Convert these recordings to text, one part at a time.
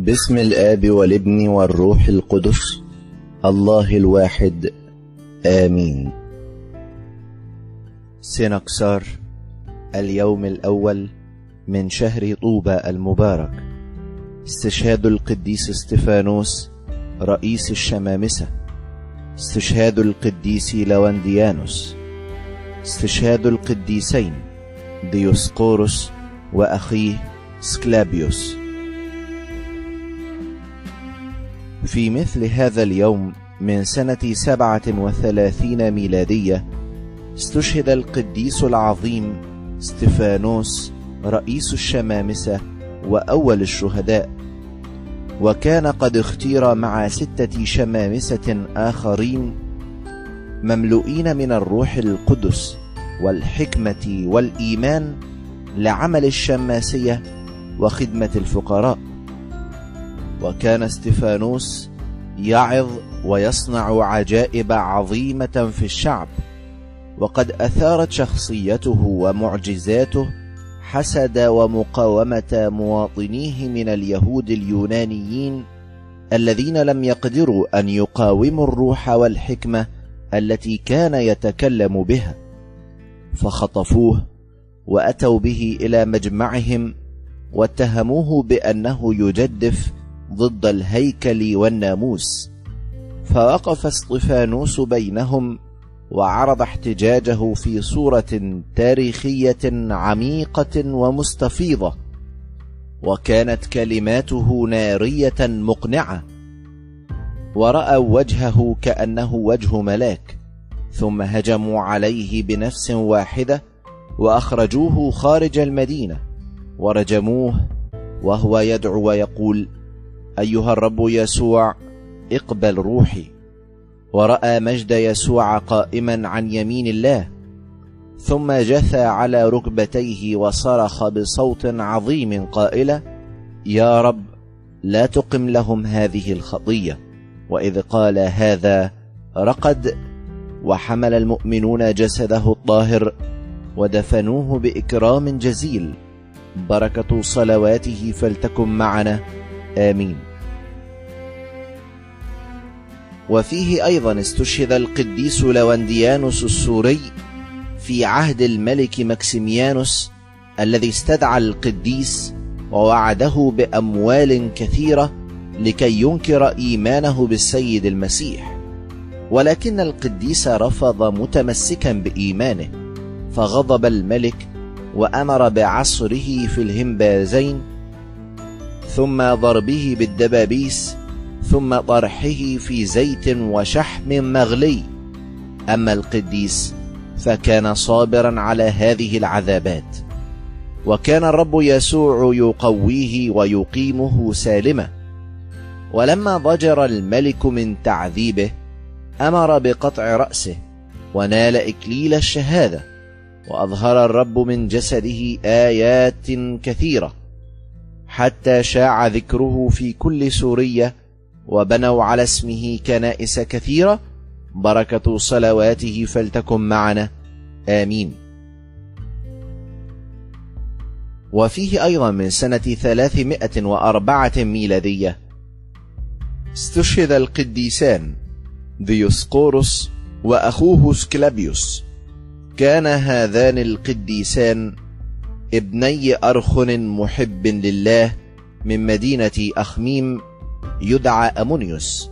باسم الآب والابن والروح القدس الله الواحد آمين. سنكسار اليوم الأول من شهر طوبى المبارك. استشهاد القديس استفانوس رئيس الشمامسة. استشهاد القديس لونديانوس. استشهاد القديسين ديوسقورس وأخيه سكلابيوس. في مثل هذا اليوم من سنة 37 ميلادية استشهد القديس العظيم استفانوس رئيس الشمامسة وأول الشهداء، وكان قد اختير مع 6 شمامسة آخرين مملوئين من الروح القدس والحكمة والإيمان لعمل الشماسية وخدمة الفقراء. وكان استفانوس يعظ ويصنع عجائب عظيمة في الشعب، وقد أثارت شخصيته ومعجزاته حسد ومقاومة مواطنيه من اليهود اليونانيين الذين لم يقدروا أن يقاوموا الروح والحكمة التي كان يتكلم بها، فخطفوه وأتوا به إلى مجمعهم واتهموه بأنه يجدف ضد الهيكل والناموس. فوقف استفانوس بينهم وعرض احتجاجه في صورة تاريخية عميقة ومستفيضة، وكانت كلماته نارية مقنعة، ورأوا وجهه كأنه وجه ملاك، ثم هجموا عليه بنفس واحدة وأخرجوه خارج المدينة ورجموه وهو يدعو ويقول: أيها الرب يسوع اقبل روحي. ورأى مجد يسوع قائما عن يمين الله، ثم جثى على ركبتيه وصرخ بصوت عظيم قائلا: يا رب لا تقم لهم هذه الخطية. وإذ قال هذا رقد، وحمل المؤمنون جسده الطاهر ودفنوه بإكرام جزيل. بركة صلواته فلتكن معنا آمين. وفيه أيضا استشهد القديس لونديانوس السوري في عهد الملك مكسيميانوس الذي استدعى القديس ووعده بأموال كثيرة لكي ينكر إيمانه بالسيد المسيح، ولكن القديس رفض متمسكا بإيمانه، فغضب الملك وأمر بعصره في الهمبازين، ثم ضربه بالدبابيس، ثم طرحه في زيت وشحم مغلي. أما القديس فكان صابرا على هذه العذابات، وكان الرب يسوع يقويه ويقيمه سالما. ولما ضجر الملك من تعذيبه أمر بقطع رأسه ونال إكليل الشهادة، وأظهر الرب من جسده آيات كثيرة حتى شاع ذكره في كل سوريا، وبنوا على اسمه كنائس كثيرة. بركة صلواته فلتكن معنا آمين. وفيه أيضا من سنة 304 ميلادية استشهد القديسان ديوسقورس وأخوه سكلابيوس. كان هذان القديسان ابني أرخن محب لله من مدينة أخميم يدعى أمونيوس،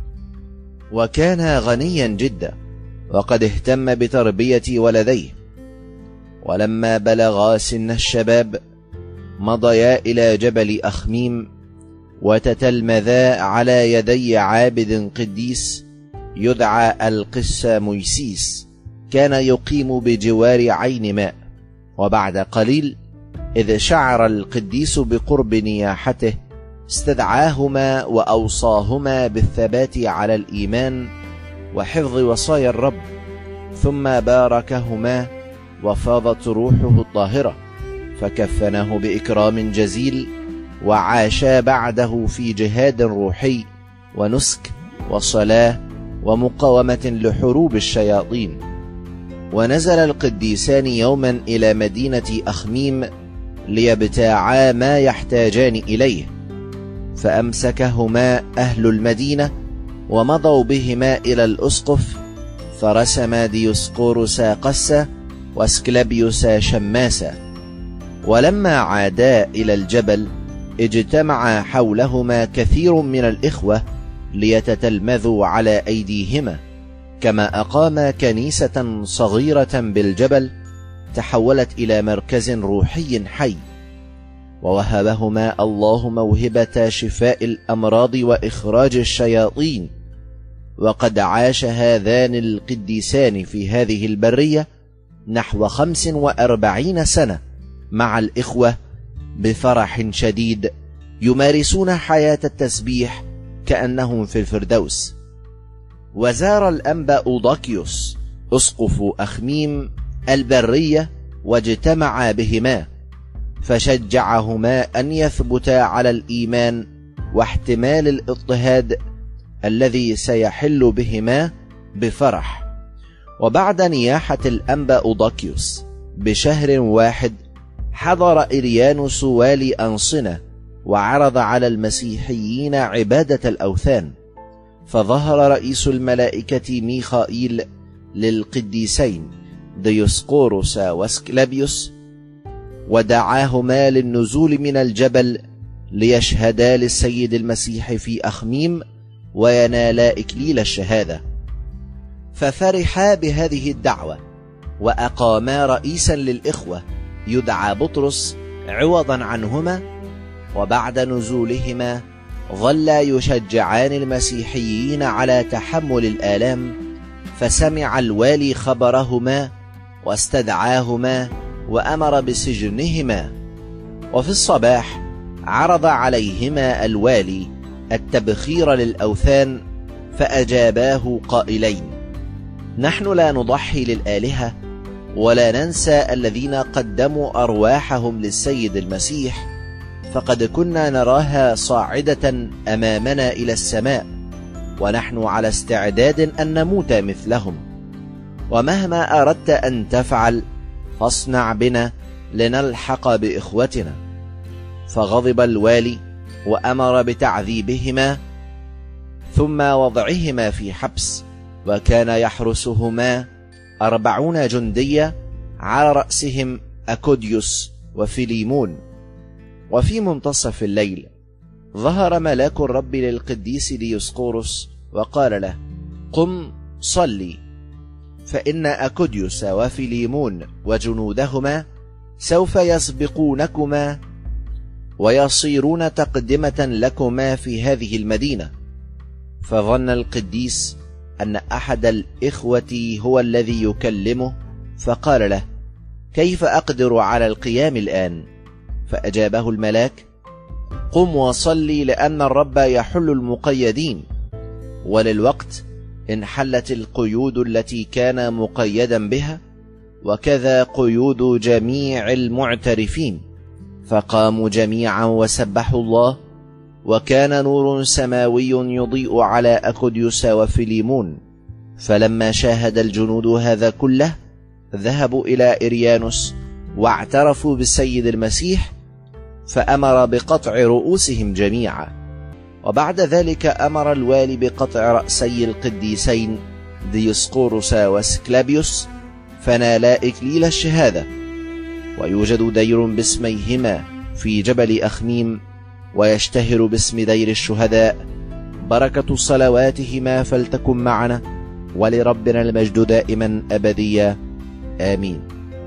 وكان غنيا جدا وقد اهتم بتربية ولديه. ولما بلغا سن الشباب مضيا إلى جبل أخميم وتتلمذا على يدي عابد قديس يدعى القس مويسيس، كان يقيم بجوار عين ماء. وبعد قليل إذ شعر القديس بقرب نياحته استدعاهما وأوصاهما بالثبات على الإيمان وحفظ وصايا الرب، ثم باركهما وفاضت روحه الطاهرة، فكفناه بإكرام جزيل، وعاشا بعده في جهاد روحي ونسك وصلاة ومقاومة لحروب الشياطين. ونزل القديسان يوما إلى مدينة أخميم ليبتاعا ما يحتاجان إليه، فأمسكهما أهل المدينة ومضوا بهما إلى الأسقف، فرسم ديوسقورس قسة واسكلبيوس شماسة. ولما عادا إلى الجبل اجتمع حولهما كثير من الإخوة ليتتلمذوا على أيديهما، كما أقام كنيسة صغيرة بالجبل تحولت إلى مركز روحي حي. ووهبهما الله موهبة شفاء الأمراض وإخراج الشياطين. وقد عاش هذان القديسان في هذه البرية نحو 45 سنة مع الإخوة بفرح شديد، يمارسون حياة التسبيح كأنهم في الفردوس. وزار الأنبا أوداكيوس أسقف أخميم البرية واجتمع بهما، فشجعهما أن يثبتا على الإيمان واحتمال الاضطهاد الذي سيحل بهما بفرح. وبعد نياحة الأنبا أوداكيوس بشهر واحد حضر إريانوس والي أنصنة وعرض على المسيحيين عبادة الأوثان، فظهر رئيس الملائكة ميخائيل للقديسين ديوسقورس واسكلبيوس ودعاهما للنزول من الجبل ليشهدا للسيد المسيح في أخميم وينالا إكليل الشهادة. ففرحا بهذه الدعوة وأقاما رئيسا للإخوة يدعى بطرس عوضا عنهما. وبعد نزولهما ظلا يشجعان المسيحيين على تحمل الآلام، فسمع الوالي خبرهما واستدعاهما وأمر بسجنهما. وفي الصباح عرض عليهما الوالي التبخير للأوثان، فأجاباه قائلين: نحن لا نضحي للآلهة ولا ننسى الذين قدموا أرواحهم للسيد المسيح، فقد كنا نراها صاعدة أمامنا إلى السماء، ونحن على استعداد أن نموت مثلهم. ومهما أردت أن تفعل فاصنع بنا لنلحق بإخوتنا. فغضب الوالي وأمر بتعذيبهما ثم وضعهما في حبس، وكان يحرسهما 40 جندية على رأسهم أكوديوس وفيليمون. وفي منتصف الليل ظهر ملاك الرب للقديس ديوسقورس وقال له: قم صلي، فإن أكوديوس وفيليمون وجنودهما سوف يسبقونكما ويصيرون تقدمة لكما في هذه المدينة. فظن القديس أن أحد الإخوة هو الذي يكلمه، فقال له: كيف أقدر على القيام الآن؟ فأجابه الملاك: قم وصلي، لأن الرب يحل المقيدين. وللوقت انحلت القيود التي كان مقيدا بها، وكذا قيود جميع المعترفين. فقاموا جميعا وسبحوا الله، وكان نور سماوي يضيء على أكوديوس وفيليمون. فلما شاهد الجنود هذا كله ذهبوا إلى إريانوس واعترفوا بالسيد المسيح، فأمر بقطع رؤوسهم جميعا. وبعد ذلك أمر الوالي بقطع رأسي القديسين ديوسقورس واسكلبيوس، فنالا إكليل الشهادة. ويوجد دير باسميهما في جبل أخميم، ويشتهر باسم دير الشهداء. بركة صلواتهما فلتكن معنا، ولربنا المجد دائما أبديا، آمين.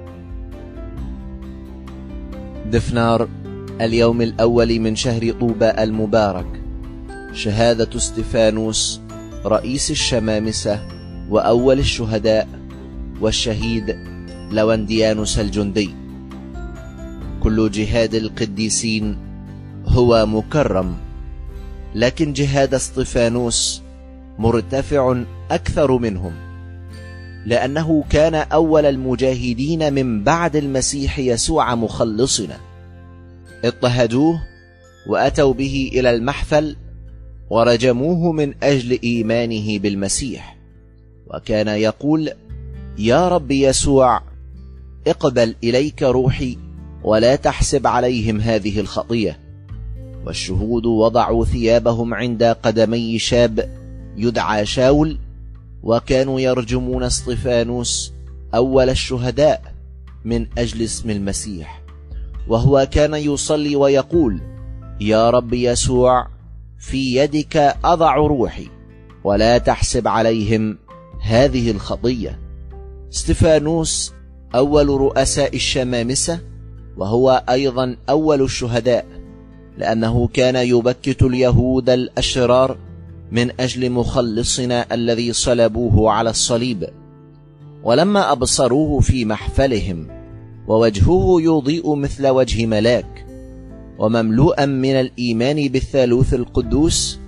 دفنار اليوم الأول من شهر طوبى المبارك. شهادة استفانوس رئيس الشمامسة وأول الشهداء، والشهيد لونديانوس الجندي. كل جهاد القديسين هو مكرم، لكن جهاد استفانوس مرتفع أكثر منهم، لأنه كان أول المجاهدين من بعد المسيح يسوع مخلصنا. اضطهدوه وأتوا به إلى المحفل ورجموه من أجل إيمانه بالمسيح، وكان يقول: يا رب يسوع، اقبل إليك روحي ولا تحسب عليهم هذه الخطية. والشهود وضعوا ثيابهم عند قدمي شاب يدعى شاول، وكانوا يرجمون اسطفانوس أول الشهداء من أجل اسم المسيح، وهو كان يصلي ويقول: يا رب يسوع، في يدك أضع روحي، ولا تحسب عليهم هذه الخطية. اسطفانوس أول رؤساء الشمامسة، وهو أيضا أول الشهداء، لأنه كان يبكت اليهود الأشرار من أجل مخلصنا الذي صلبوه على الصليب. ولما أبصروه في محفلهم ووجهه يضيء مثل وجه ملاك ومملوءا من الإيمان بالثالوث القدوس،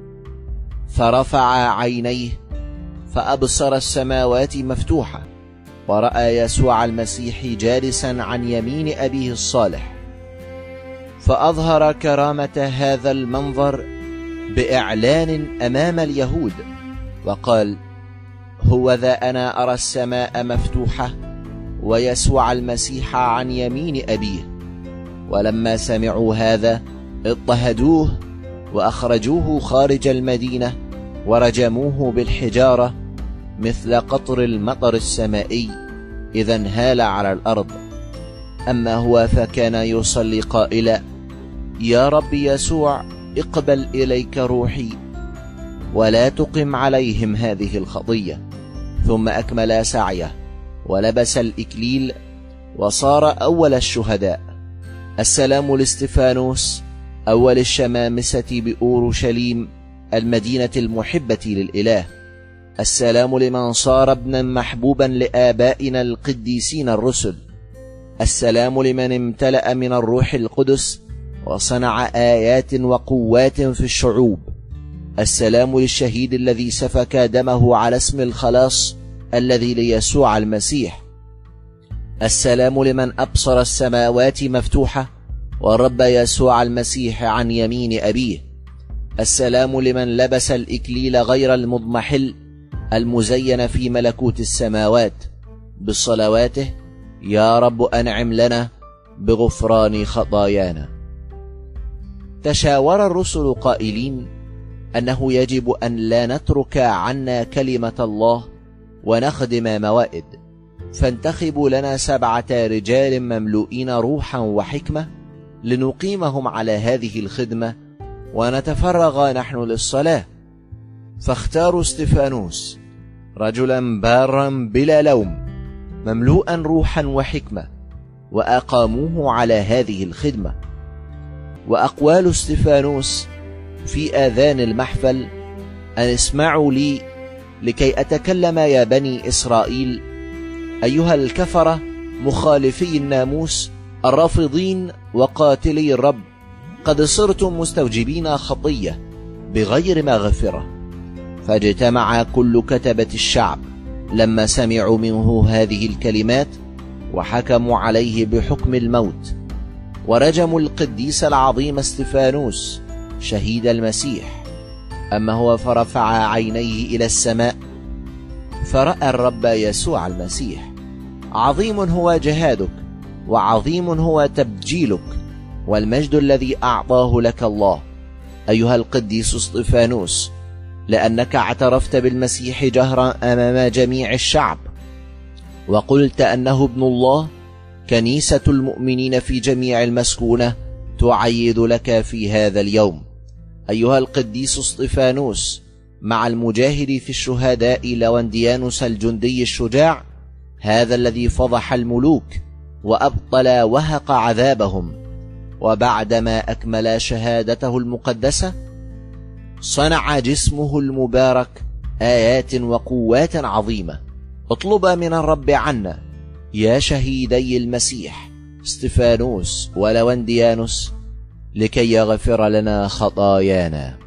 فرفع عينيه فأبصر السماوات مفتوحة، ورأى يسوع المسيح جالسا عن يمين أبيه الصالح، فأظهر كرامة هذا المنظر بإعلان أمام اليهود وقال: هوذا أنا أرى السماء مفتوحة ويسوع المسيح عن يمين أبيه. ولما سمعوا هذا اضطهدوه وأخرجوه خارج المدينة ورجموه بالحجارة مثل قطر المطر السمائي إذا انهال على الأرض. أما هو فكان يصلي قائلا: يا رب يسوع، اقبل إليك روحي، ولا تقم عليهم هذه الخطية. ثم أكمل سعيه ولبس الإكليل وصار أول الشهداء. السلام لاستفانوس أول الشمامسة بأورشليم المدينة المحبة للإله. السلام لمن صار ابنا محبوبا لآبائنا القديسين الرسل. السلام لمن امتلأ من الروح القدس وصنع آيات وقوات في الشعوب. السلام للشهيد الذي سفك دمه على اسم الخلاص الذي ليسوع المسيح. السلام لمن أبصر السماوات مفتوحة والرب يسوع المسيح عن يمين أبيه. السلام لمن لبس الإكليل غير المضمحل المزين في ملكوت السماوات بصلواته: يا رب أنعم لنا بغفران خطايانا. تشاور الرسل قائلين أنه يجب أن لا نترك عنا كلمة الله ونخدم موائد، فانتخبوا لنا 7 رجال مملوئين روحا وحكمة لنقيمهم على هذه الخدمة ونتفرغ نحن للصلاة. فاختاروا استفانوس رجلا بارا بلا لوم مملوءا روحا وحكمة، وأقاموه على هذه الخدمة. وأقوال استفانوس في آذان المحفل: أن اسمعوا لي لكي أتكلم يا بني إسرائيل، أيها الكفرة مخالفي الناموس الرافضين وقاتلي الرب، قد صرتم مستوجبين خطية بغير مغفرة. فاجتمع كل كتبة الشعب لما سمعوا منه هذه الكلمات، وحكموا عليه بحكم الموت، ورجموا القديس العظيم استفانوس شهيد المسيح. أما هو فرفع عينيه إلى السماء فرأى الرب يسوع المسيح. عظيم هو جهادك، وعظيم هو تبجيلك، والمجد الذي أعطاه لك الله أيها القديس استفانوس، لأنك اعترفت بالمسيح جهرا أمام جميع الشعب، وقلت أنه ابن الله. كنيسة المؤمنين في جميع المسكونة تعيد لك في هذا اليوم أيها القديس استفانوس، مع المجاهد في الشهداء لونديانوس الجندي الشجاع، هذا الذي فضح الملوك وأبطل وهق عذابهم، وبعدما أكمل شهادته المقدسة صنع جسمه المبارك آيات وقوات عظيمة. اطلبا من الرب عنا يا شهيدي المسيح استفانوس ولونديانوس لكي يغفر لنا خطايانا.